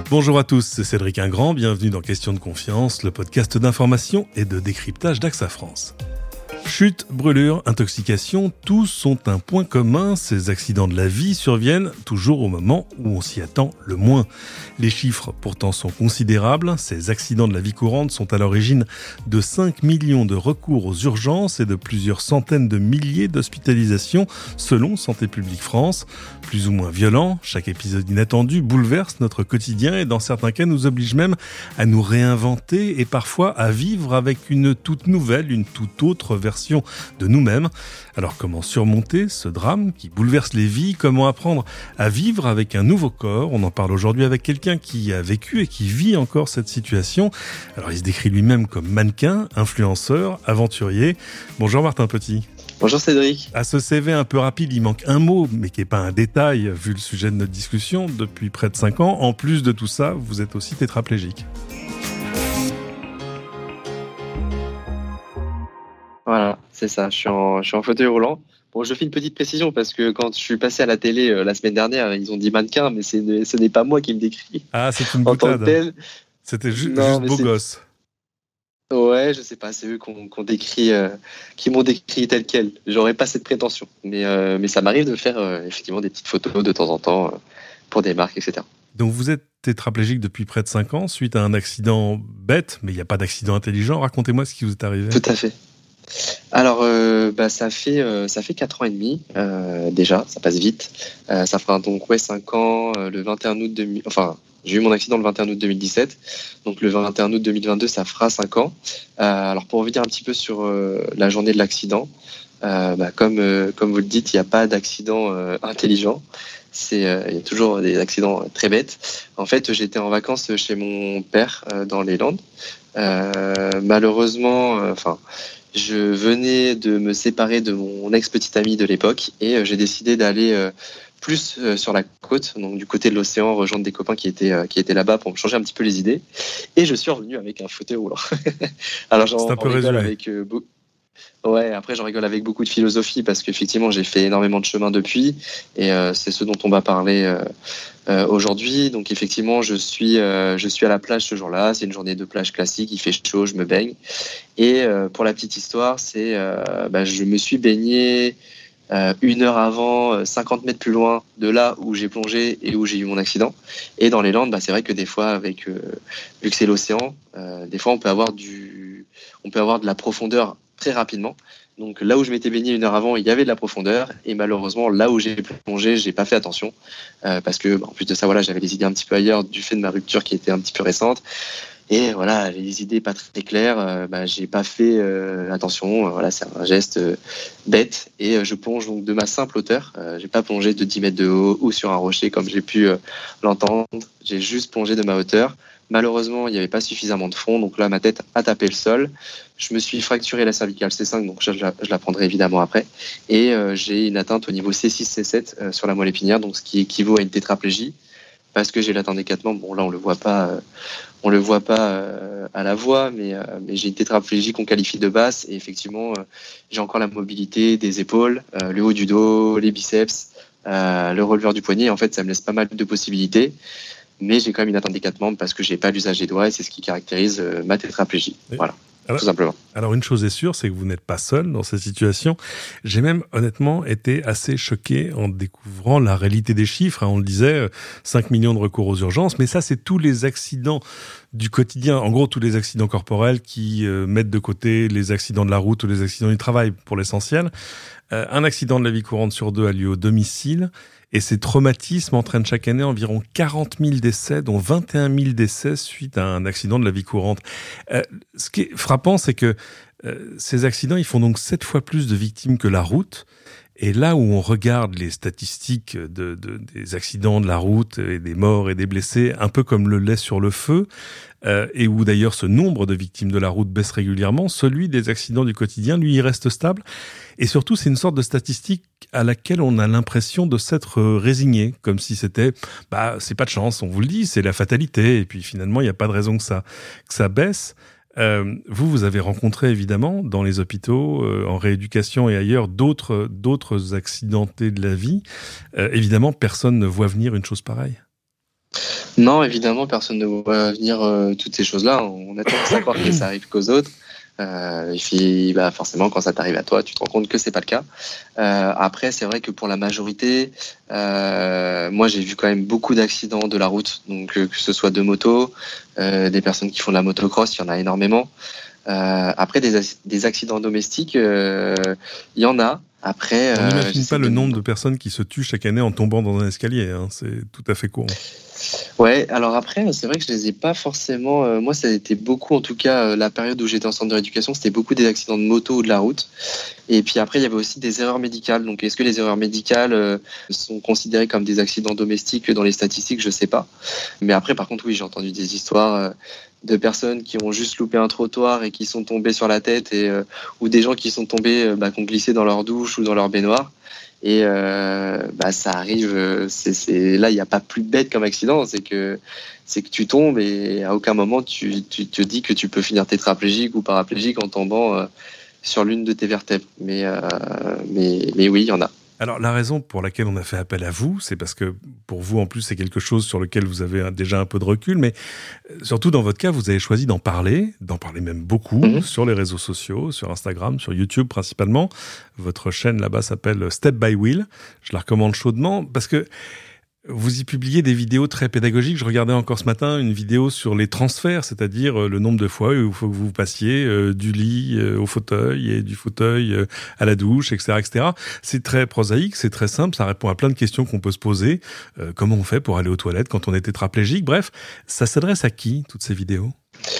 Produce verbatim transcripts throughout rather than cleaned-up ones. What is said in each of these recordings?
Bonjour à tous, c'est Cédric Ingrand, bienvenue dans Question de confiance, le podcast d'information et de décryptage d'Axa France. Chute, brûlure, intoxication, tous ont un point commun, ces accidents de la vie surviennent toujours au moment où on s'y attend le moins. Les chiffres pourtant sont considérables, ces accidents de la vie courante sont à l'origine de cinq millions de recours aux urgences et de plusieurs centaines de milliers d'hospitalisations selon Santé publique France. Plus ou moins violents, chaque épisode inattendu bouleverse notre quotidien et dans certains cas nous oblige même à nous réinventer et parfois à vivre avec une toute nouvelle, une toute autre version de nous-mêmes. Alors comment surmonter ce drame qui bouleverse les vies? Comment apprendre à vivre avec un nouveau corps? On en parle aujourd'hui avec quelqu'un qui a vécu et qui vit encore cette situation. Alors il se décrit lui-même comme mannequin, influenceur, aventurier. Bonjour Martin Petit. Bonjour Cédric. À ce C V un peu rapide, il manque un mot, mais qui n'est pas un détail vu le sujet de notre discussion. Depuis près de cinq ans, en plus de tout ça, vous êtes aussi tétraplégique. Voilà, c'est ça, je suis en, je suis en fauteuil roulant. Bon, je fais une petite précision parce que quand je suis passé à la télé euh, la semaine dernière, ils ont dit mannequin, mais c'est, ce n'est pas moi qui me décris. Ah, c'est une en tant boutade. que tel. C'était ju- Non, juste mais beau c'est- gosse. Ouais, je sais pas, c'est eux qu'on, qu'on décrit, euh, qui m'ont décrit tel quel. J'aurais pas cette prétention, mais, euh, mais ça m'arrive de faire euh, effectivement des petites photos de temps en temps euh, pour des marques, et cetera. Donc vous êtes tétraplégique depuis près de cinq ans suite à un accident bête, mais il n'y a pas d'accident intelligent. Racontez-moi ce qui vous est arrivé. Tout à fait. Alors, euh, bah, ça fait euh, ça fait quatre ans et demi euh, déjà, ça passe vite. Euh, ça fera donc ouais cinq ans euh, le vingt et un août deux mille. Enfin, j'ai eu mon accident le vingt et un août deux mille dix-sept, donc le vingt et un août deux mille vingt-deux, ça fera cinq ans. Euh, alors pour revenir un petit peu sur euh, la journée de l'accident, euh, bah, comme euh, comme vous le dites, il n'y a pas d'accident euh, intelligent. C'est euh, il y a toujours des accidents très bêtes. En fait, j'étais en vacances chez mon père euh, dans les Landes. Euh, malheureusement, enfin. Je venais de me séparer de mon ex-petite amie de l'époque et euh, j'ai décidé d'aller euh, plus euh, sur la côte, donc du côté de l'océan, rejoindre des copains qui étaient, euh, qui étaient là-bas pour me changer un petit peu les idées. Et je suis revenu avec un fauteuil roulant. Alors j'en C'est un peu on rigole résumé. avec euh, beau- Ouais, après j'en rigole avec beaucoup de philosophie parce qu'effectivement j'ai fait énormément de chemin depuis et euh, c'est ce dont on va parler euh, euh, aujourd'hui. Donc effectivement je suis euh, je suis à la plage ce jour-là. C'est une journée de plage classique. Il fait chaud, je me baigne. Et euh, pour la petite histoire, c'est euh, bah, je me suis baigné euh, une heure avant, euh, cinquante mètres plus loin de là où j'ai plongé et où j'ai eu mon accident. Et dans les Landes, bah, c'est vrai que des fois, avec euh, vu que c'est l'océan, euh, des fois on peut avoir du, on peut avoir de la profondeur très rapidement. Donc là où je m'étais baigné une heure avant, il y avait de la profondeur. Et malheureusement, là où j'ai plongé, j'ai pas fait attention euh, parce que, bah, en plus de ça, voilà, j'avais les idées un petit peu ailleurs du fait de ma rupture qui était un petit peu récente. Et voilà, les idées pas très claires, euh, bah, j'ai pas fait euh, attention. Euh, voilà, c'est un geste euh, bête et euh, je plonge donc de ma simple hauteur. Euh, j'ai pas plongé de dix mètres de haut ou sur un rocher comme j'ai pu euh, l'entendre. J'ai juste plongé de ma hauteur. Malheureusement, il n'y avait pas suffisamment de fond, donc là, ma tête a tapé le sol. Je me suis fracturé la cervicale C cinq, donc je, je, la, je la prendrai évidemment après. Et euh, j'ai une atteinte au niveau C six C sept euh, sur la moelle épinière, donc ce qui équivaut à une tétraplégie, parce que j'ai l'atteinte d'éclatement. Bon, là, on le voit pas. Euh, On le voit pas euh, à la voix, mais, euh, mais j'ai une tétraplégie qu'on qualifie de basse et effectivement, euh, j'ai encore la mobilité des épaules, euh, le haut du dos, les biceps, euh, le releveur du poignet. En fait, ça me laisse pas mal de possibilités, mais j'ai quand même une atteinte des quatre membres parce que j'ai pas l'usage des doigts et c'est ce qui caractérise euh, ma tétraplégie. Et- Voilà, Alors, tout simplement. alors une chose est sûre, c'est que vous n'êtes pas seul dans cette situation. J'ai même honnêtement été assez choqué en découvrant la réalité des chiffres. On le disait, euh, cinq millions de recours aux urgences, mais ça c'est tous les accidents du quotidien, en gros tous les accidents corporels qui euh, mettent de côté les accidents de la route ou les accidents du travail pour l'essentiel. Euh, un accident de la vie courante sur deux a lieu au domicile. Et ces traumatismes entraînent chaque année environ quarante mille décès, dont vingt et un mille décès suite à un accident de la vie courante. Euh, ce qui est frappant, c'est que euh, ces accidents, ils font donc sept fois plus de victimes que la route. Et là où on regarde les statistiques de, de, des accidents de la route et des morts et des blessés, un peu comme le lait sur le feu, euh, et où d'ailleurs ce nombre de victimes de la route baisse régulièrement, celui des accidents du quotidien, lui, il reste stable. Et surtout, c'est une sorte de statistique à laquelle on a l'impression de s'être résigné, comme si c'était, bah, c'est pas de chance, on vous le dit, c'est la fatalité, et puis finalement, il n'y a pas de raison que ça, que ça baisse. Euh, vous, vous avez rencontré évidemment dans les hôpitaux, euh, en rééducation et ailleurs, d'autres, d'autres accidentés de la vie. Euh, évidemment, personne ne voit venir une chose pareille. Non, évidemment, personne ne voit venir euh, toutes ces choses-là. On a tendance à croire que ça arrive qu'aux autres. Euh, et puis, bah, forcément, quand ça t'arrive à toi, tu te rends compte que c'est pas le cas. Euh, après, c'est vrai que pour la majorité, euh, moi, j'ai vu quand même beaucoup d'accidents de la route. Donc, euh, que ce soit de moto, euh, des personnes qui font de la motocross, il y en a énormément. Euh, après, des, ac- des accidents domestiques, euh, il y en a. Après, On euh, n'imagine j'essaie pas le de... nombre de personnes qui se tuent chaque année en tombant dans un escalier. Hein. C'est tout à fait courant. Ouais, alors après, c'est vrai que je les ai pas forcément. Euh, moi, ça a été beaucoup, en tout cas, euh, la période où j'étais en centre de rééducation, c'était beaucoup des accidents de moto ou de la route. Et puis après, il y avait aussi des erreurs médicales. Donc, est-ce que les erreurs médicales euh, sont considérées comme des accidents domestiques dans les statistiques? Je sais pas. Mais après, par contre, oui, j'ai entendu des histoires euh, de personnes qui ont juste loupé un trottoir et qui sont tombées sur la tête, et euh, ou des gens qui sont tombés, euh, bah, qui ont glissé dans leur douche ou dans leur baignoire. Et euh, bah, ça arrive. euh, C'est, c'est... Là, il n'y a pas plus bête comme accident. C'est que c'est que tu tombes et à aucun moment tu, tu te dis que tu peux finir tétraplégique ou paraplégique en tombant euh, sur l'une de tes vertèbres. Mais, euh, mais, mais oui, il y en a. Alors, la raison pour laquelle on a fait appel à vous, c'est parce que pour vous, en plus, c'est quelque chose sur lequel vous avez un- déjà un peu de recul, mais euh, surtout dans votre cas, vous avez choisi d'en parler, d'en parler même beaucoup Mhm. sur les réseaux sociaux, sur Instagram, sur YouTube principalement. Votre chaîne là-bas s'appelle Step by Will. Je la recommande chaudement parce que vous y publiez des vidéos très pédagogiques. Je regardais encore ce matin une vidéo sur les transferts, c'est-à-dire euh, le nombre de fois où il faut que vous passiez euh, du lit euh, au fauteuil et du fauteuil euh, à la douche, et cetera, et cetera. C'est très prosaïque, c'est très simple, ça répond à plein de questions qu'on peut se poser. Euh, comment on fait pour aller aux toilettes quand on est tétraplégique? Bref, ça s'adresse à qui, toutes ces vidéos?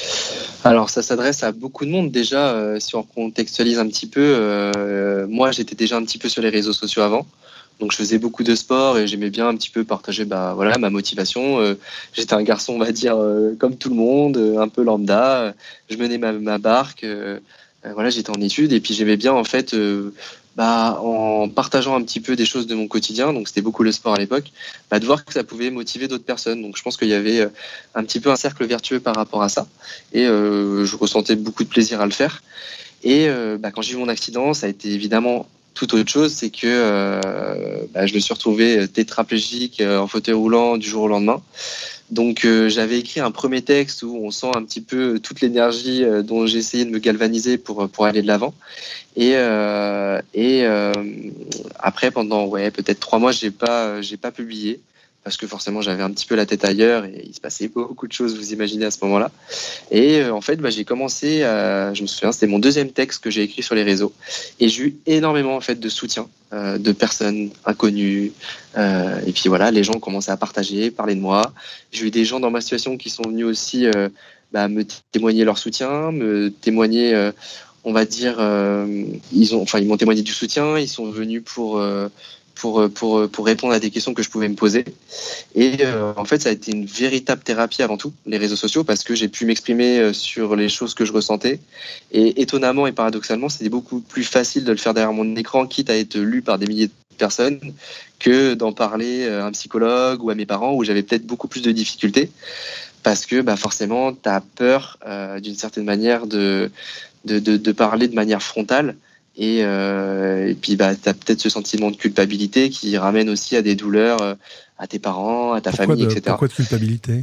Alors, ça s'adresse à beaucoup de monde déjà. Euh, si on contextualise un petit peu, euh, moi, j'étais déjà un petit peu sur les réseaux sociaux avant. Donc, je faisais beaucoup de sport et j'aimais bien un petit peu partager, bah, voilà, ma motivation. Euh, j'étais un garçon, on va dire, euh, comme tout le monde, euh, un peu lambda. Je menais ma, ma barque. Euh, euh, voilà, j'étais en études et puis j'aimais bien, en fait, euh, bah, en partageant un petit peu des choses de mon quotidien. Donc, c'était beaucoup le sport à l'époque, bah, de voir que ça pouvait motiver d'autres personnes. Donc, je pense qu'il y avait euh, un petit peu un cercle vertueux par rapport à ça. Et euh, je ressentais beaucoup de plaisir à le faire. Et euh, bah, quand j'ai eu mon accident, ça a été évidemment tout autre chose, c'est que euh, bah, je me suis retrouvé tétraplégique euh, en fauteuil roulant du jour au lendemain. Donc euh, j'avais écrit un premier texte où on sent un petit peu toute l'énergie euh, dont j'ai essayé de me galvaniser pour, pour aller de l'avant. Et, euh, et euh, après, pendant ouais, peut-être trois mois, j'ai pas, j'ai pas publié parce que forcément j'avais un petit peu la tête ailleurs et il se passait beaucoup de choses, vous imaginez, à ce moment-là. Et euh, en fait, bah, j'ai commencé, à, je me souviens, c'était mon deuxième texte que j'ai écrit sur les réseaux. Et j'ai eu énormément en fait de soutien euh, de personnes inconnues. Euh, et puis voilà, les gens ont commencé à partager, parler de moi. J'ai eu des gens dans ma situation qui sont venus aussi euh, bah, me témoigner leur soutien, me témoigner, euh, on va dire, euh, ils ont, enfin, ils m'ont témoigné du soutien. Ils sont venus pour euh, pour, pour, pour répondre à des questions que je pouvais me poser. Et euh, en fait, ça a été une véritable thérapie avant tout, les réseaux sociaux, parce que j'ai pu m'exprimer euh, sur les choses que je ressentais. Et étonnamment et paradoxalement, c'était beaucoup plus facile de le faire derrière mon écran, quitte à être lu par des milliers de personnes, que d'en parler à un psychologue ou à mes parents, où j'avais peut-être beaucoup plus de difficultés, parce que bah, forcément, tu as peur, euh, d'une certaine manière, de, de, de, de parler de manière frontale. Et, euh, et puis, bah, tu as peut-être ce sentiment de culpabilité qui ramène aussi à des douleurs euh, à tes parents, à ta Pourquoi famille, de, et cetera. pourquoi de culpabilité?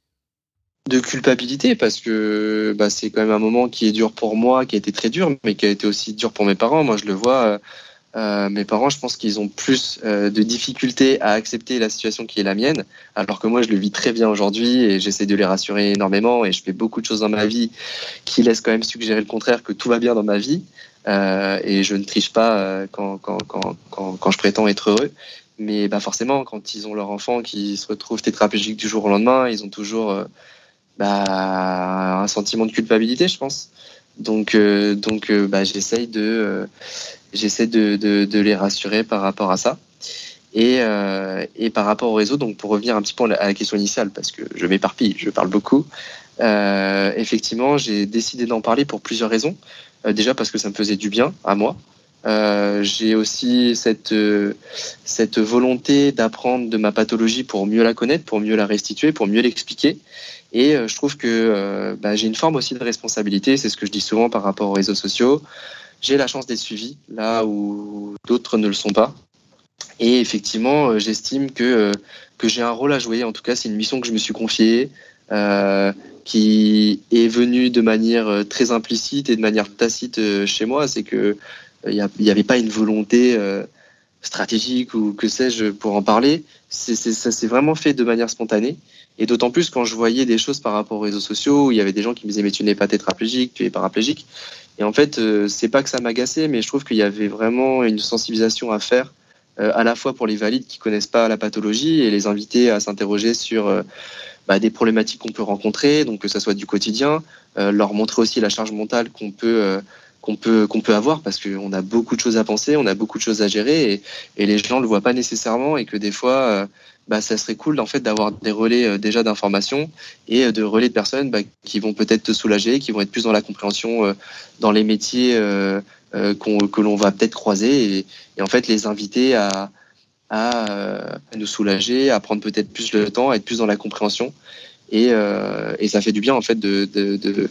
De culpabilité, parce que bah, c'est quand même un moment qui est dur pour moi, qui a été très dur, mais qui a été aussi dur pour mes parents. Moi, je le vois, euh, euh, mes parents, je pense qu'ils ont plus euh, de difficultés à accepter la situation qui est la mienne, alors que moi, je le vis très bien aujourd'hui et j'essaie de les rassurer énormément et je fais beaucoup de choses dans ma vie qui laissent quand même suggérer le contraire, que tout va bien dans ma vie. Euh, et je ne triche pas euh, quand, quand, quand, quand, quand je prétends être heureux. Mais bah forcément, quand ils ont leur enfant qui se retrouve tétraplégique du jour au lendemain, ils ont toujours euh, bah, un sentiment de culpabilité, je pense. Donc, euh, donc euh, bah, j'essaye de, euh, j'essaie de, de, de les rassurer par rapport à ça. Et, euh, et par rapport au réseau, donc pour revenir un petit peu à la question initiale, parce que je m'éparpille, je parle beaucoup, euh, effectivement, j'ai décidé d'en parler pour plusieurs raisons. Euh, déjà parce que ça me faisait du bien à moi. Euh, j'ai aussi cette, euh, cette volonté d'apprendre de ma pathologie pour mieux la connaître, pour mieux la restituer, pour mieux l'expliquer. Et euh, je trouve que euh, bah, j'ai une forme aussi de responsabilité, c'est ce que je dis souvent par rapport aux réseaux sociaux. J'ai la chance d'être suivi là où d'autres ne le sont pas. Et effectivement, euh, j'estime que, euh, que j'ai un rôle à jouer. En tout cas, c'est une mission que je me suis confiée, euh, qui est venue de manière euh, très implicite et de manière tacite euh, chez moi. C'est que il euh, n'y avait pas une volonté euh, stratégique ou que sais-je pour en parler. C'est, c'est, ça s'est vraiment fait de manière spontanée. Et d'autant plus quand je voyais des choses par rapport aux réseaux sociaux, où il y avait des gens qui me disaient mais tu n'es pas tétraplégique, tu es paraplégique. Et en fait, euh, c'est pas que ça m'agaçait, mais je trouve qu'il y avait vraiment une sensibilisation à faire, euh, à la fois pour les valides qui connaissent pas la pathologie et les inviter à s'interroger sur euh, bah, des problématiques qu'on peut rencontrer, donc que ça soit du quotidien, euh, leur montrer aussi la charge mentale qu'on peut euh, qu'on peut qu'on peut avoir, parce qu'on a beaucoup de choses à penser, on a beaucoup de choses à gérer, et, et les gens le voient pas nécessairement, et que des fois euh, bah, ça serait cool en fait d'avoir des relais euh, déjà d'information et euh, de relais de personnes bah, qui vont peut-être te soulager, qui vont être plus dans la compréhension euh, dans les métiers euh, euh, qu'on, que l'on va peut-être croiser, et, et en fait les inviter à à euh, nous soulager, à prendre peut-être plus le temps, à être plus dans la compréhension. Et, euh, et ça fait du bien en fait de, de, de,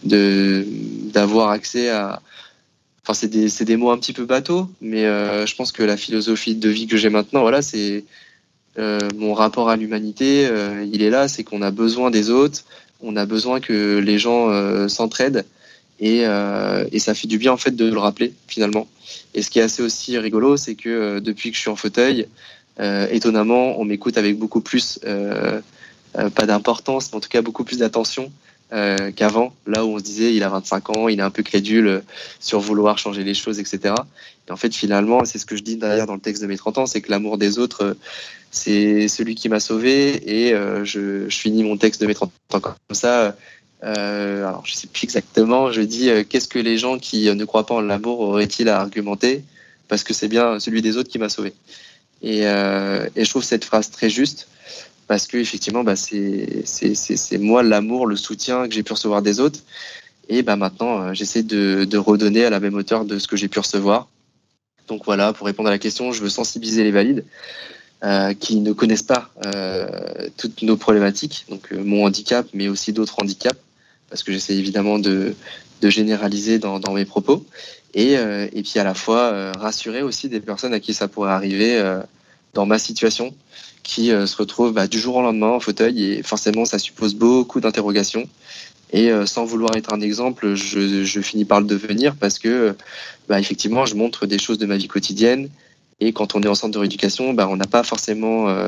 de d'avoir accès à. Enfin, c'est des, c'est des mots un petit peu bateaux, mais euh, je pense que la philosophie de vie que j'ai maintenant, voilà, c'est euh, mon rapport à l'humanité. Euh, il est là, c'est qu'on a besoin des autres, on a besoin que les gens euh, s'entraident, et, euh, et ça fait du bien en fait de le rappeler finalement. Et ce qui est assez aussi rigolo, c'est que euh, depuis que je suis en fauteuil, euh, étonnamment, on m'écoute avec beaucoup plus. Euh, euh, pas d'importance, mais en tout cas beaucoup plus d'attention euh, qu'avant, là où on se disait il a vingt-cinq ans, il est un peu crédule euh, sur vouloir changer les choses, et cetera. Et en fait, finalement, c'est ce que je dis d'ailleurs dans le texte de mes trente ans, c'est que l'amour des autres, euh, c'est celui qui m'a sauvé, et euh, je, je finis mon texte de mes trente ans comme ça. Euh, alors, je sais plus exactement, je dis euh, qu'est-ce que les gens qui euh, ne croient pas en l'amour auraient-ils à argumenter, parce que c'est bien celui des autres qui m'a sauvé. Et, euh, et je trouve cette phrase très juste, parce que effectivement bah, c'est, c'est, c'est, c'est moi l'amour, le soutien que j'ai pu recevoir des autres, et bah, maintenant euh, j'essaie de, de redonner à la même hauteur de ce que j'ai pu recevoir. Donc voilà, pour répondre à la question, je veux sensibiliser les valides euh, qui ne connaissent pas euh, toutes nos problématiques, donc euh, mon handicap, mais aussi d'autres handicaps, parce que j'essaie évidemment de, de généraliser dans, dans mes propos, et, euh, et puis à la fois euh, rassurer aussi des personnes à qui ça pourrait arriver euh, dans ma situation, qui euh, se retrouvent bah, du jour au lendemain en fauteuil, et forcément ça suppose beaucoup d'interrogations, et euh, sans vouloir être un exemple, je, je finis par le devenir, parce que bah, effectivement je montre des choses de ma vie quotidienne, et quand on est en centre de rééducation, bah, on n'a pas forcément euh,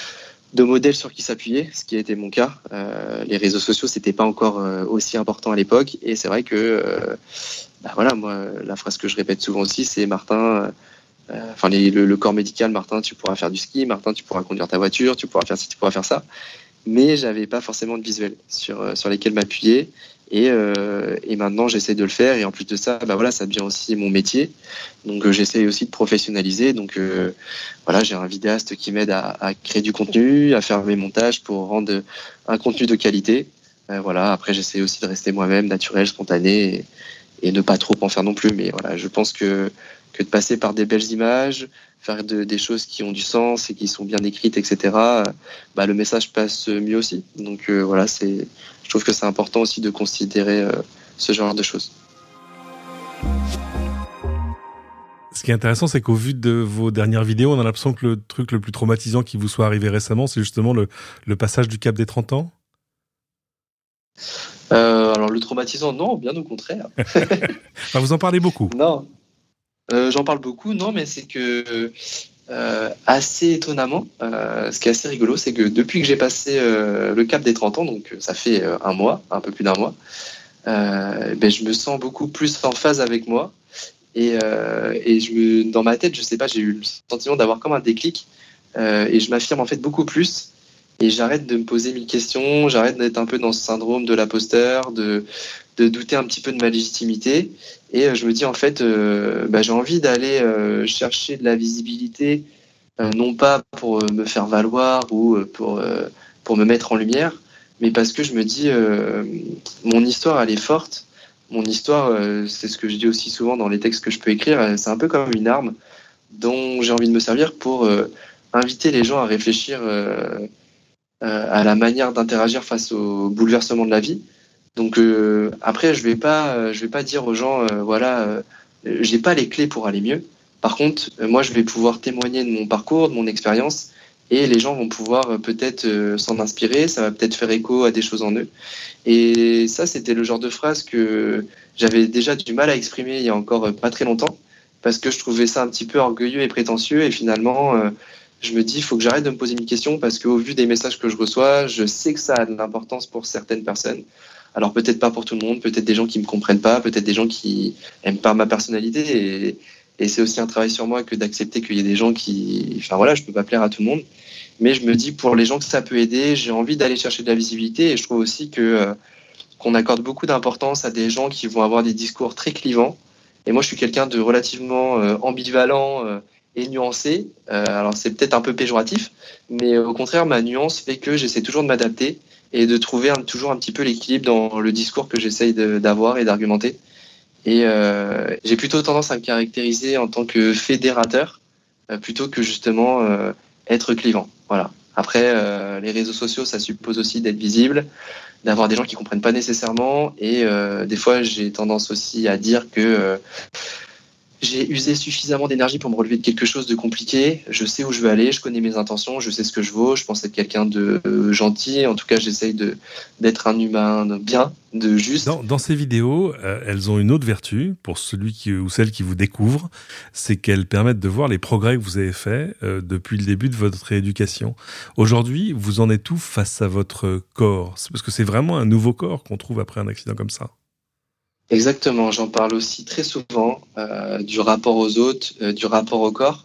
de modèle sur qui s'appuyer, ce qui a été mon cas. Euh, les réseaux sociaux, c'était pas encore euh, aussi important à l'époque, et c'est vrai que euh, bah, voilà, moi la phrase que je répète souvent aussi, c'est Martin, euh, enfin les, le, le corps médical, Martin, tu pourras faire du ski, Martin, tu pourras conduire ta voiture, tu pourras faire ci, tu pourras faire ça, mais j'avais pas forcément de visuel sur sur lesquels m'appuyer, et, euh, et maintenant j'essaie de le faire, et en plus de ça, bah voilà, ça devient aussi mon métier, donc euh, j'essaie aussi de professionnaliser, donc euh, voilà, j'ai un vidéaste qui m'aide à, à créer du contenu, à faire mes montages pour rendre un contenu de qualité. Euh, voilà, après j'essaie aussi de rester moi-même, naturel, spontané, et, et ne pas trop en faire non plus, mais voilà, je pense que que de passer par des belles images, faire de, des choses qui ont du sens et qui sont bien écrites, et cetera, bah, le message passe mieux aussi. Donc euh, voilà, c'est, je trouve que c'est important aussi de considérer euh, ce genre de choses. Ce qui est intéressant, c'est qu'au vu de vos dernières vidéos, on a l'impression que le truc le plus traumatisant qui vous soit arrivé récemment, c'est justement le, le passage du cap des trente ans. Euh, alors le traumatisant, non, bien au contraire. Enfin, vous en parlez beaucoup. Non, euh, j'en parle beaucoup, non, mais c'est que euh, assez étonnamment, euh, ce qui est assez rigolo, c'est que depuis que j'ai passé euh, le cap des trente ans, donc ça fait euh, un mois, un peu plus d'un mois, euh, ben, je me sens beaucoup plus en phase avec moi. Et, euh, et je me, dans ma tête, je sais pas, j'ai eu le sentiment d'avoir comme un déclic, euh, et je m'affirme en fait beaucoup plus, et j'arrête de me poser mille questions, j'arrête d'être un peu dans ce syndrome de l'imposteur, de, de douter un petit peu de ma légitimité, et euh, je me dis en fait, euh, bah, j'ai envie d'aller euh, chercher de la visibilité, euh, non pas pour euh, me faire valoir ou euh, pour, euh, pour me mettre en lumière, mais parce que je me dis, euh, mon histoire elle est forte. Mon histoire, euh, c'est ce que je dis aussi souvent dans les textes que je peux écrire, euh, c'est un peu comme une arme dont j'ai envie de me servir pour euh, inviter les gens à réfléchir euh, euh, à la manière d'interagir face au bouleversement de la vie. Donc euh, après, je vais pas, euh, je vais pas dire aux gens, euh, voilà, euh, j'ai pas les clés pour aller mieux, Par contre, euh, moi, je vais pouvoir témoigner de mon parcours, de mon expérience, et les gens vont pouvoir euh, peut-être euh, s'en inspirer, ça va peut-être faire écho à des choses en eux. Et ça, c'était le genre de phrase que j'avais déjà du mal à exprimer il y a encore euh, pas très longtemps, parce que je trouvais ça un petit peu orgueilleux et prétentieux, et finalement, euh, je me dis, il faut que j'arrête de me poser une question, parce qu'au vu des messages que je reçois, je sais que ça a de l'importance pour certaines personnes. Alors peut-être pas pour tout le monde, peut-être des gens qui me comprennent pas, peut-être des gens qui aiment pas ma personnalité, et, et c'est aussi un travail sur moi que d'accepter qu'il y ait des gens qui, enfin voilà, je peux pas plaire à tout le monde, mais je me dis pour les gens que ça peut aider, j'ai envie d'aller chercher de la visibilité, et je trouve aussi que euh, qu'on accorde beaucoup d'importance à des gens qui vont avoir des discours très clivants. Et moi, je suis quelqu'un de relativement euh, ambivalent euh, et nuancé. Euh, alors, c'est peut-être un peu péjoratif, mais euh, au contraire, ma nuance fait que j'essaie toujours de m'adapter et de trouver un, toujours un petit peu l'équilibre dans le discours que j'essaye de, d'avoir et d'argumenter. Et euh, j'ai plutôt tendance à me caractériser en tant que fédérateur euh, plutôt que justement euh, être clivant. Voilà. Après, euh, les réseaux sociaux, ça suppose aussi d'être visible, d'avoir des gens qui comprennent pas nécessairement, et euh, des fois j'ai tendance aussi à dire que euh, j'ai usé suffisamment d'énergie pour me relever de quelque chose de compliqué. Je sais où je veux aller, je connais mes intentions, je sais ce que je vaux, je pense être quelqu'un de euh, gentil, en tout cas j'essaye de, d'être un humain bien, de juste. Dans, dans ces vidéos, euh, elles ont une autre vertu pour celui qui, ou celle qui vous découvre, c'est qu'elles permettent de voir les progrès que vous avez faits euh, depuis le début de votre rééducation. Aujourd'hui, vous en êtes où face à votre corps ? C'est parce que c'est vraiment un nouveau corps qu'on trouve après un accident comme ça. Exactement, j'en parle aussi très souvent euh, du rapport aux autres, euh, du rapport au corps,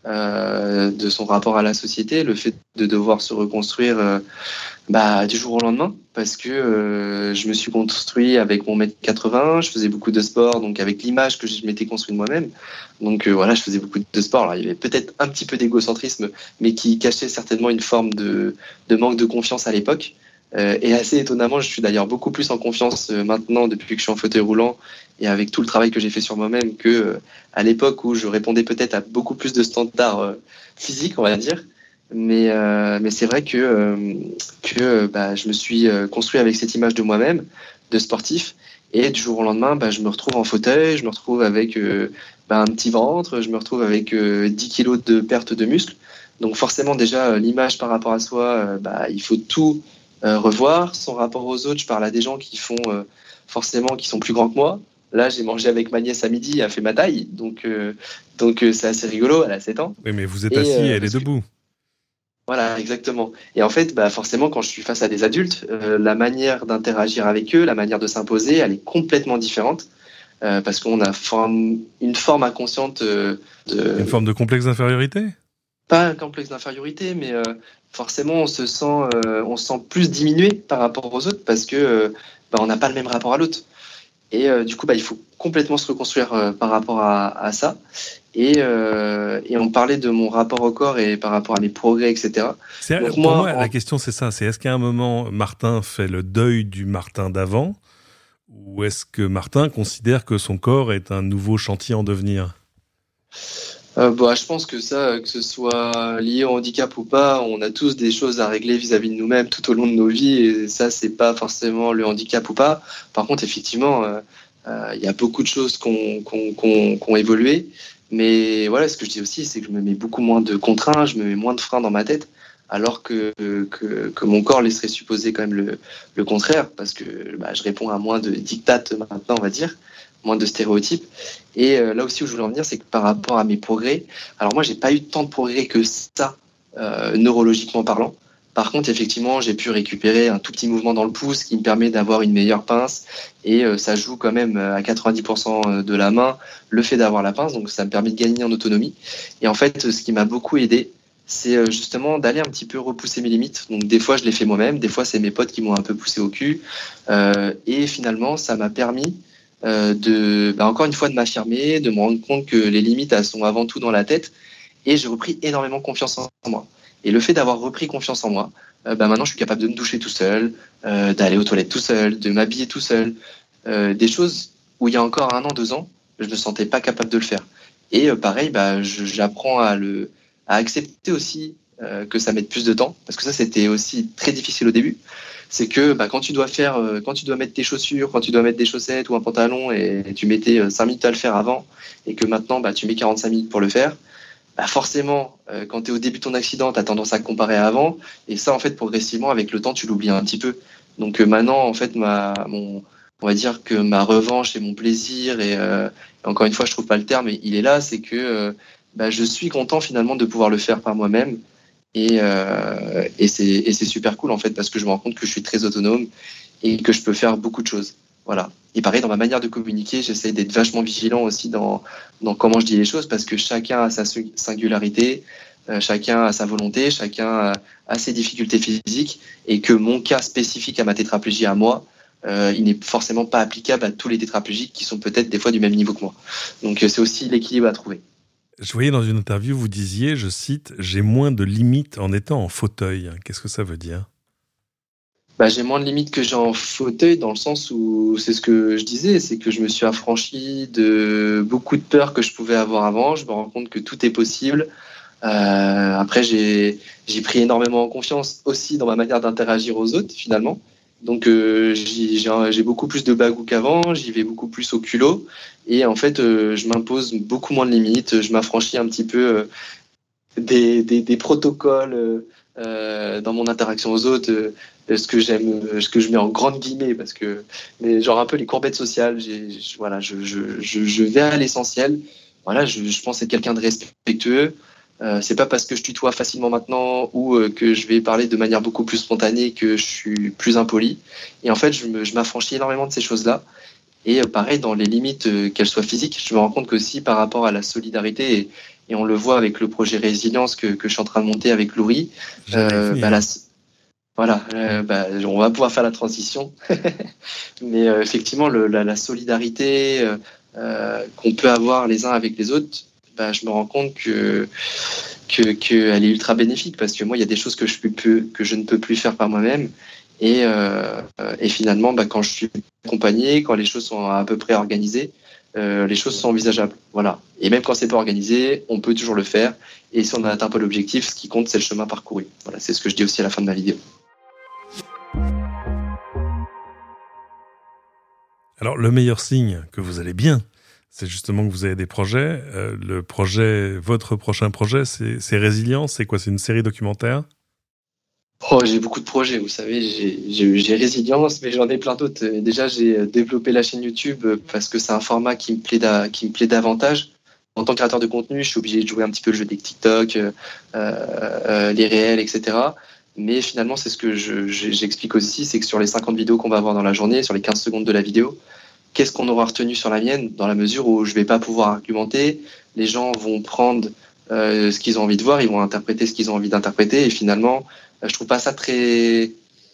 euh, de son rapport à la société, le fait de devoir se reconstruire euh, bah, du jour au lendemain, parce que euh, je me suis construit avec mon mètre quatre-vingts, je faisais beaucoup de sport, donc avec l'image que je m'étais construit de moi-même. Donc euh, voilà, je faisais beaucoup de sport. Alors, il y avait peut-être un petit peu d'égocentrisme, mais qui cachait certainement une forme de, de manque de confiance à l'époque. Euh, et assez étonnamment, je suis d'ailleurs beaucoup plus en confiance euh, maintenant depuis que je suis en fauteuil roulant et avec tout le travail que j'ai fait sur moi-même que euh, à l'époque où je répondais peut-être à beaucoup plus de standards euh, physiques, on va dire. Mais, euh, mais c'est vrai que, euh, que bah, je me suis euh, construit avec cette image de moi-même, de sportif, et du jour au lendemain, bah, je me retrouve en fauteuil, je me retrouve avec euh, bah, un petit ventre, je me retrouve avec euh, dix kilos de perte de muscle. Donc forcément déjà, euh, l'image par rapport à soi, euh, bah, il faut tout euh, revoir. Son rapport aux autres, je parle à des gens qui font euh, forcément, qui sont plus grands que moi. Là, j'ai mangé avec ma nièce à midi, elle a fait ma taille, donc euh, donc euh, c'est assez rigolo, elle a sept ans. Oui, mais vous êtes Et, assis et euh, elle est parce que- debout. voilà, exactement. Et en fait, bah, forcément, quand je suis face à des adultes, euh, la manière d'interagir avec eux, la manière de s'imposer, elle est complètement différente. Euh, parce qu'on a forme, une forme inconsciente euh, Une de, forme de complexe d'infériorité ? pas un complexe d'infériorité, mais euh, forcément on se sent, euh, on se sent plus diminué par rapport aux autres parce que euh, bah, on n'a pas le même rapport à l'autre. Et euh, du coup, bah, il faut complètement se reconstruire euh, par rapport à, à ça. Et, euh, et on parlait de mon rapport au corps et par rapport à mes progrès, et cetera. C'est, Donc pour moi, moi, en... la question, c'est ça. C'est est-ce qu'à un moment, Martin fait le deuil du Martin d'avant, ou est-ce que Martin considère que son corps est un nouveau chantier en devenir ? Euh, bah, je pense que ça, que ce soit lié au handicap ou pas, on a tous des choses à régler vis-à-vis de nous-mêmes tout au long de nos vies, et ça, c'est pas forcément le handicap ou pas. Par contre, effectivement, il euh, euh, y a beaucoup de choses qui ont qu'on, qu'on, qu'on évolué, mais voilà, ce que je dis aussi, c'est que je me mets beaucoup moins de contraintes, je me mets moins de freins dans ma tête, alors que, que, que mon corps laisserait supposer quand même le, le contraire, parce que bah, je réponds à moins de dictates maintenant, on va dire, moins de stéréotypes. Et euh, là aussi où je voulais en venir, c'est que par rapport à mes progrès, alors moi, j'ai pas eu tant de progrès que ça, euh, neurologiquement parlant. Par contre, effectivement, j'ai pu récupérer un tout petit mouvement dans le pouce qui me permet d'avoir une meilleure pince. Et euh, ça joue quand même à quatre-vingt-dix pour cent de la main, le fait d'avoir la pince. Donc, ça me permet de gagner en autonomie. Et en fait, ce qui m'a beaucoup aidé, c'est euh, justement d'aller un petit peu repousser mes limites. Donc, des fois, je l'ai fait moi-même. Des fois, c'est mes potes qui m'ont un peu poussé au cul. Euh, et finalement, ça m'a permis euh, de, bah, encore une fois, de m'affirmer, de me rendre compte que les limites, elles sont avant tout dans la tête. Et j'ai repris énormément confiance en moi. Et le fait d'avoir repris confiance en moi, euh, bah, maintenant, je suis capable de me doucher tout seul, euh, d'aller aux toilettes tout seul, de m'habiller tout seul. Euh, des choses où il y a encore un an, deux ans, je me sentais pas capable de le faire. Et euh, pareil, bah, je, j'apprends à le, à accepter aussi euh, que ça mette plus de temps, parce que ça, c'était aussi très difficile au début. c'est que bah, quand tu dois faire, euh, quand tu dois mettre tes chaussures, quand tu dois mettre des chaussettes ou un pantalon et, et tu mettais euh, cinq minutes à le faire avant et que maintenant bah, tu mets quarante-cinq minutes pour le faire, bah forcément, euh, quand tu es au début de ton accident, tu as tendance à comparer à avant. Et ça, en fait, progressivement, avec le temps, tu l'oublies un petit peu. Donc euh, maintenant, en fait, ma, mon, on va dire que ma revanche et mon plaisir, et, euh, et encore une fois, je trouve pas le terme, mais il est là, c'est que euh, bah, je suis content finalement de pouvoir le faire par moi-même. Et, euh, et c'est et c'est super cool, en fait, parce que je me rends compte que je suis très autonome et que je peux faire beaucoup de choses. Voilà. Et pareil, dans ma manière de communiquer, j'essaie d'être vachement vigilant aussi dans, dans comment je dis les choses, parce que chacun a sa singularité, euh, chacun a sa volonté, chacun a, a ses difficultés physiques, et que mon cas spécifique à ma tétraplégie à moi, euh, il n'est forcément pas applicable à tous les tétraplégiques qui sont peut-être des fois du même niveau que moi. Donc euh, c'est aussi l'équilibre à trouver. Je voyais dans une interview, vous disiez, je cite, « J'ai moins de limites en étant en fauteuil ». Qu'est-ce que ça veut dire ? Bah, j'ai moins de limites que j'ai en fauteuil, dans le sens où c'est ce que je disais, c'est que je me suis affranchi de beaucoup de peurs que je pouvais avoir avant. Je me rends compte que tout est possible. Euh, après, j'ai, j'ai pris énormément en confiance aussi dans ma manière d'interagir aux autres, finalement. Donc, euh, j'ai, j'ai beaucoup plus de bagou qu'avant, j'y vais beaucoup plus au culot. Et en fait, euh, je m'impose beaucoup moins de limites. Je m'affranchis un petit peu euh, des, des, des protocoles euh, euh, dans mon interaction aux autres. Euh, ce que j'aime, ce que je mets en grande guillemets, parce que, mais genre un peu les courbettes sociales. J'ai, je, voilà, je, je, je, je vais à l'essentiel. Voilà, je, je pense être quelqu'un de respectueux. Euh, c'est pas parce que je tutoie facilement maintenant ou euh, que je vais parler de manière beaucoup plus spontanée que je suis plus impoli. Et en fait, je, me, je m'affranchis énormément de ces choses-là. Et euh, pareil, dans les limites, euh, qu'elles soient physiques, je me rends compte qu'aussi par rapport à la solidarité, et, et on le voit avec le projet Résilience que, que je suis en train de monter avec Laurie, euh, bah, la, voilà, euh, bah, on va pouvoir faire la transition. Mais euh, effectivement, le, la, la solidarité euh, euh, qu'on peut avoir les uns avec les autres, bah, je me rends compte que que qu'elle est ultra bénéfique, parce que moi, il y a des choses que je peux que je ne peux plus faire par moi-même. Et, euh, et finalement, bah, quand je suis accompagné, quand les choses sont à peu près organisées, euh, les choses sont envisageables. Voilà. Et même quand c'est pas organisé, on peut toujours le faire. Et si on n'atteint pas l'objectif, ce qui compte, c'est le chemin parcouru. Voilà, c'est ce que je dis aussi à la fin de ma vidéo. Alors, le meilleur signe que vous allez bien, c'est justement que vous avez des projets. Euh, le projet, votre prochain projet, c'est, c'est Résilience. C'est quoi ? C'est une série documentaire ? Oh, j'ai beaucoup de projets, vous savez, j'ai, j'ai, j'ai Résilience, mais j'en ai plein d'autres. Déjà, j'ai développé la chaîne YouTube parce que c'est un format qui me plaît, da, qui me plaît davantage. En tant que créateur de contenu, je suis obligé de jouer un petit peu le jeu des TikTok, euh, euh, les réels, et cetera. Mais finalement, c'est ce que je, j'explique aussi, c'est que sur les cinquante vidéos qu'on va avoir dans la journée, sur les quinze secondes de la vidéo, qu'est-ce qu'on aura retenu sur la mienne, dans la mesure où je vais pas pouvoir argumenter, les gens vont prendre euh, ce qu'ils ont envie de voir, ils vont interpréter ce qu'ils ont envie d'interpréter, et finalement, je trouve pas ça très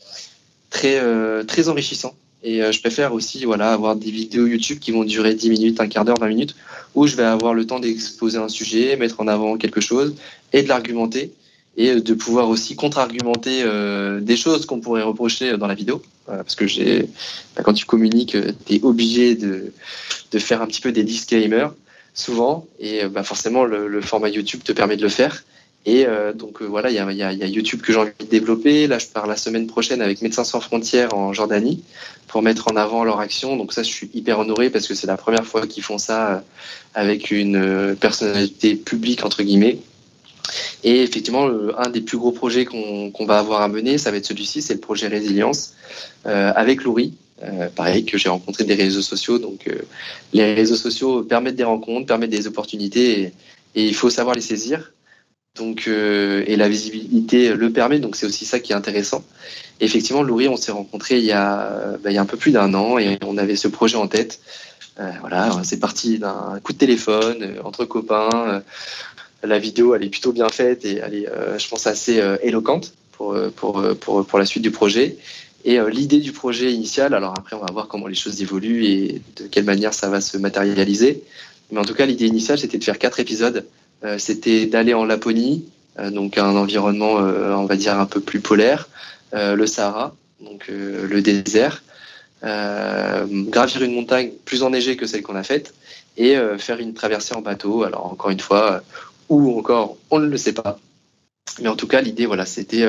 très euh, très enrichissant. Et euh, je préfère aussi voilà avoir des vidéos YouTube qui vont durer dix minutes, un quart d'heure, vingt minutes, où je vais avoir le temps d'exposer un sujet, mettre en avant quelque chose et de l'argumenter, et de pouvoir aussi contre-argumenter euh, des choses qu'on pourrait reprocher dans la vidéo. Voilà, parce que j'ai, bah, quand tu communiques, tu es obligé de, de faire un petit peu des disclaimers, souvent, et bah, forcément le, le format YouTube te permet de le faire. Et euh, donc euh, voilà, il y a, y, a, y a YouTube que j'ai envie de développer. Là, je pars la semaine prochaine avec Médecins sans frontières en Jordanie pour mettre en avant leur action. Donc ça, je suis hyper honoré parce que c'est la première fois qu'ils font ça avec une personnalité publique, entre guillemets. Et effectivement, le, un des plus gros projets qu'on, qu'on va avoir à mener, ça va être celui-ci, c'est le projet Résilience euh, avec Laurie. Euh, pareil, que j'ai rencontré des réseaux sociaux. Donc euh, les réseaux sociaux permettent des rencontres, permettent des opportunités, et, et il faut savoir les saisir. Donc, euh, et la visibilité le permet, donc c'est aussi ça qui est intéressant. Et effectivement, Laurie, on s'est rencontrés il y a, bah, il y a un peu plus d'un an, et on avait ce projet en tête. Euh, voilà, c'est parti d'un coup de téléphone euh, entre copains. Euh, la vidéo, elle est plutôt bien faite et elle est, euh, je pense, assez euh, éloquente pour, pour, pour, pour la suite du projet. Et euh, l'idée du projet initial, alors après, on va voir comment les choses évoluent et de quelle manière ça va se matérialiser. Mais en tout cas, l'idée initiale, c'était de faire quatre épisodes. Euh, c'était d'aller en Laponie, euh, donc un environnement, euh, on va dire, un peu plus polaire, euh, le Sahara, donc euh, le désert, euh, gravir une montagne plus enneigée que celle qu'on a faite, et euh, faire une traversée en bateau. Alors encore une fois, euh, ou encore, on ne le sait pas. Mais en tout cas, l'idée, voilà, c'était euh,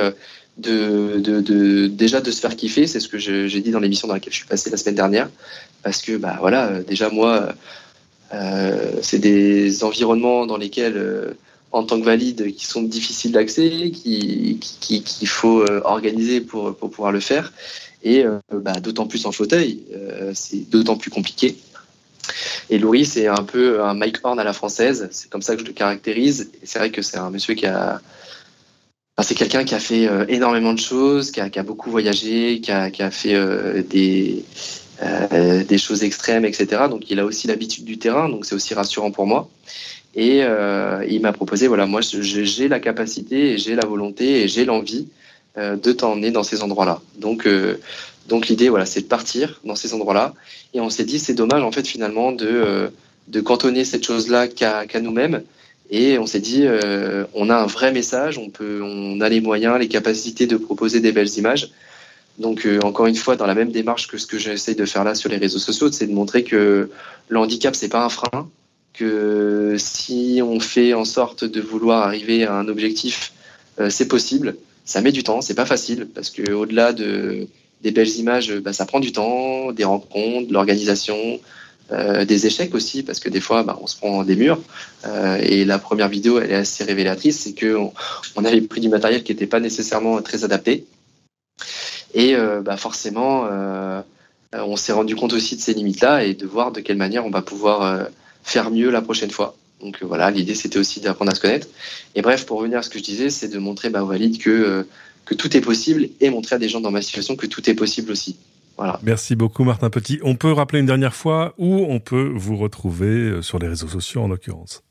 de, de, de déjà de se faire kiffer. C'est ce que je, j'ai dit dans l'émission dans laquelle je suis passé la semaine dernière, parce que bah voilà, déjà moi, euh, c'est des environnements dans lesquels euh, en tant que valide qui sont difficiles d'accès, qui, qui, qu'il faut euh, organiser pour, pour pouvoir le faire. Et euh, bah, d'autant plus en fauteuil, euh, c'est d'autant plus compliqué. Et Louris, c'est un peu un Mike Horn à la française, c'est comme ça que je le caractérise. Et c'est vrai que c'est un monsieur qui a... Enfin, c'est quelqu'un qui a fait euh, énormément de choses, qui a, qui a beaucoup voyagé, qui a, qui a fait euh, des, euh, des choses extrêmes, et cetera. Donc il a aussi l'habitude du terrain, donc c'est aussi rassurant pour moi. Et euh, il m'a proposé, voilà, moi j'ai la capacité, et j'ai la volonté et j'ai l'envie euh, de t'emmener dans ces endroits-là. Donc, euh, donc l'idée, voilà, c'est de partir dans ces endroits-là. Et on s'est dit, c'est dommage en fait finalement de, euh, de cantonner cette chose-là qu'à, qu'à nous-mêmes. Et on s'est dit, euh, on a un vrai message, on peut, on a les moyens, les capacités de proposer des belles images. Donc euh, encore une fois, dans la même démarche que ce que j'essaie de faire là sur les réseaux sociaux, c'est de montrer que le handicap, c'est pas un frein, que si on fait en sorte de vouloir arriver à un objectif, euh, c'est possible. Ça met du temps, c'est pas facile, parce que au-delà de, des belles images, bah, ça prend du temps, des rencontres, de l'organisation, euh, des échecs aussi, parce que des fois, bah, on se prend des murs. Euh, et la première vidéo, elle est assez révélatrice, c'est qu'on on avait pris du matériel qui n'était pas nécessairement très adapté. Et euh, bah, forcément, euh, on s'est rendu compte aussi de ces limites-là et de voir de quelle manière on va pouvoir euh, faire mieux la prochaine fois. Donc euh, voilà, l'idée c'était aussi d'apprendre à se connaître. Et bref, pour revenir à ce que je disais, c'est de montrer bah, aux valides que, euh, que tout est possible et montrer à des gens dans ma situation que tout est possible aussi. Voilà. Merci beaucoup Martin Petit. On peut rappeler une dernière fois où on peut vous retrouver sur les réseaux sociaux en l'occurrence.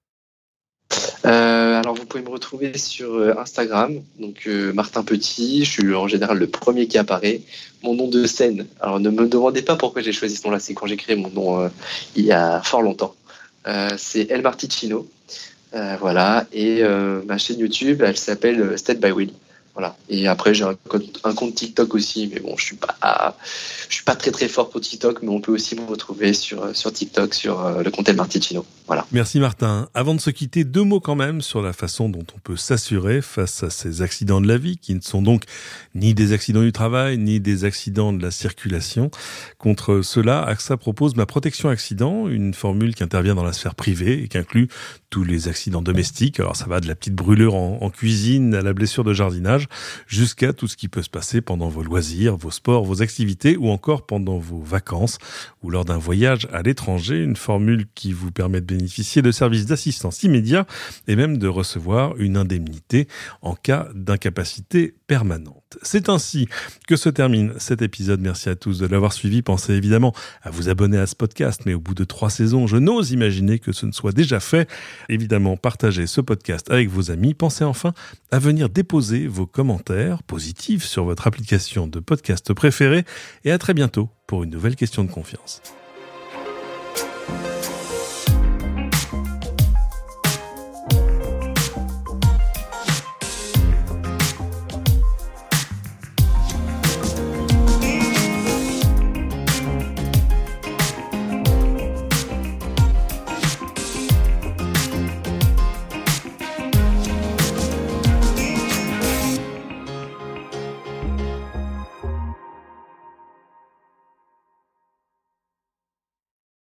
Euh, alors vous pouvez me retrouver sur Instagram, donc euh, Martin Petit, je suis en général le premier qui apparaît. Mon nom de scène, alors ne me demandez pas pourquoi j'ai choisi ce nom-là, c'est quand j'ai créé mon nom euh, il y a fort longtemps. Euh, c'est El Marticino, euh, voilà, et euh, ma chaîne YouTube, elle s'appelle Step by Will. Voilà. Et après, j'ai un compte, un compte TikTok aussi, mais bon, je suis pas, je suis pas très très fort pour TikTok, mais on peut aussi me retrouver sur sur TikTok, sur euh, le compte El Marticino. Voilà. Merci Martin. Avant de se quitter, deux mots quand même sur la façon dont on peut s'assurer face à ces accidents de la vie, qui ne sont donc ni des accidents du travail, ni des accidents de la circulation. Contre cela, A X A propose Ma Protection Accident, une formule qui intervient dans la sphère privée et qui inclut tous les accidents domestiques. Alors ça va de la petite brûlure en, en cuisine à la blessure de jardinage, jusqu'à tout ce qui peut se passer pendant vos loisirs, vos sports, vos activités ou encore pendant vos vacances ou lors d'un voyage à l'étranger. Une formule qui vous permet de bénéficier de services d'assistance immédiat et même de recevoir une indemnité en cas d'incapacité permanente. C'est ainsi que se termine cet épisode. Merci à tous de l'avoir suivi. Pensez évidemment à vous abonner à ce podcast, mais au bout de trois saisons, je n'ose imaginer que ce ne soit déjà fait. Évidemment, partagez ce podcast avec vos amis. Pensez enfin à venir déposer vos commentaires positifs sur votre application de podcast préférée et à très bientôt pour une nouvelle question de confiance.